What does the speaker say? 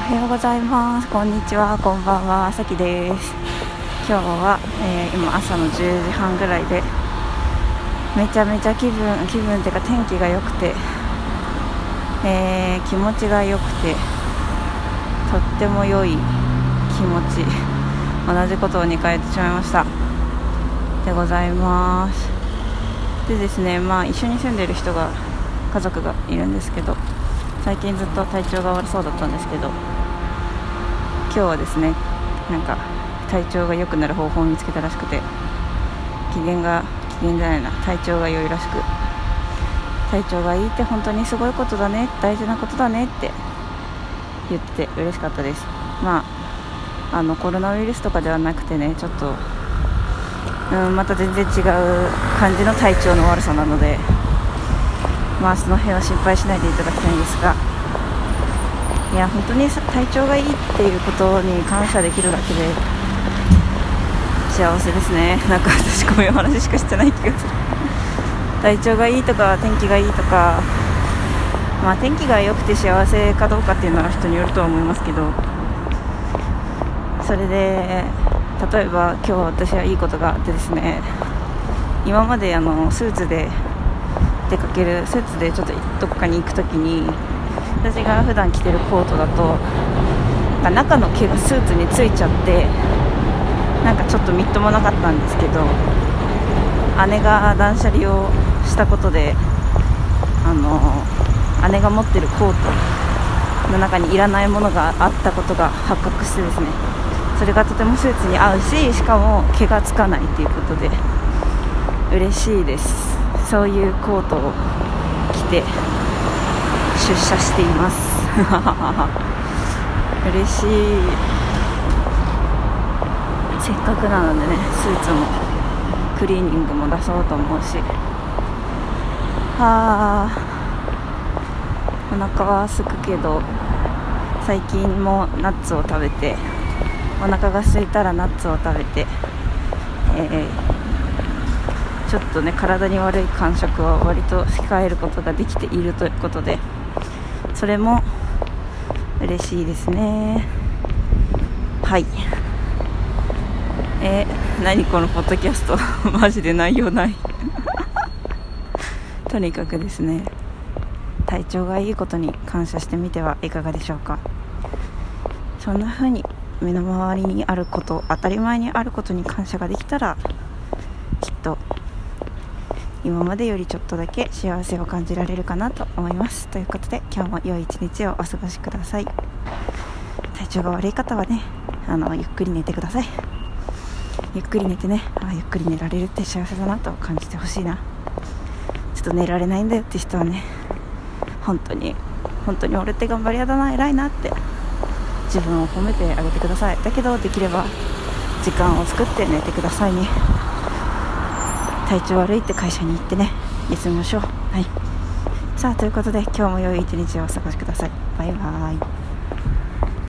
おはようございます。こんにちは、こんばんは、さきです。今日は、今朝の10時半ぐらいでめちゃめちゃ気分っていうか天気が良くて、気持ちが良くてとっても良い気持ち、同じことを2回言ってしまいましたでございます。でですね、一緒に住んでる人が家族がいるんですけど、最近ずっと体調が悪そうだったんですけど、今日はですね、体調が良くなる方法を見つけたらしくて、体調が良いらしく、体調がいいって本当にすごいことだね、大事なことだねって言ってて嬉しかったです。コロナウイルスとかではなくてね、ちょっとまた全然違う感じの体調の悪さなので、その辺は心配しないでいただきたいんですが、いや本当に体調がいいっていうことに感謝できるだけで幸せですね。私こういう話しかしてない気がする。体調がいいとか天気がいいとか、天気が良くて幸せかどうかっていうのは人によるとは思いますけど、それで例えば今日私はいいことがあってですね、今までスーツでちょっとどこかに行くときに、私が普段着てるコートだと中の毛がスーツについちゃって、ちょっとみっともなかったんですけど、姉が断捨離をしたことで、姉が持ってるコートの中にいらないものがあったことが発覚してですね、それがとてもスーツに合うし、しかも毛がつかないということで嬉しいです。そういうコートを着て出社しています嬉しい。せっかくなのでね、スーツもクリーニングも出そうと思うし、お腹は空くけど、最近もナッツを食べて、お腹が空いたらナッツを食べて、ちょっとね、体に悪い間食を割と控えることができているということで、それも嬉しいですね。はい。何このポッドキャストマジで内容ないとにかくですね、体調がいいことに感謝してみてはいかがでしょうか。そんな風に身の回りにあること、当たり前にあることに感謝ができたら、きっと今までよりちょっとだけ幸せを感じられるかなと思います。ということで、今日も良い一日をお過ごしください。体調が悪い方はね、ゆっくり寝てください。ゆっくり寝てね、ゆっくり寝られるって幸せだなと感じてほしいな。ちょっと寝られないんだよって人はね、本当に俺って頑張り屋だな、偉いなって自分を褒めてあげてください。だけどできれば時間を作って寝てくださいね。体調悪いって会社に行ってね、休みましょう。はい。ということで、今日も良い一日をお過ごしください。バイバーイ。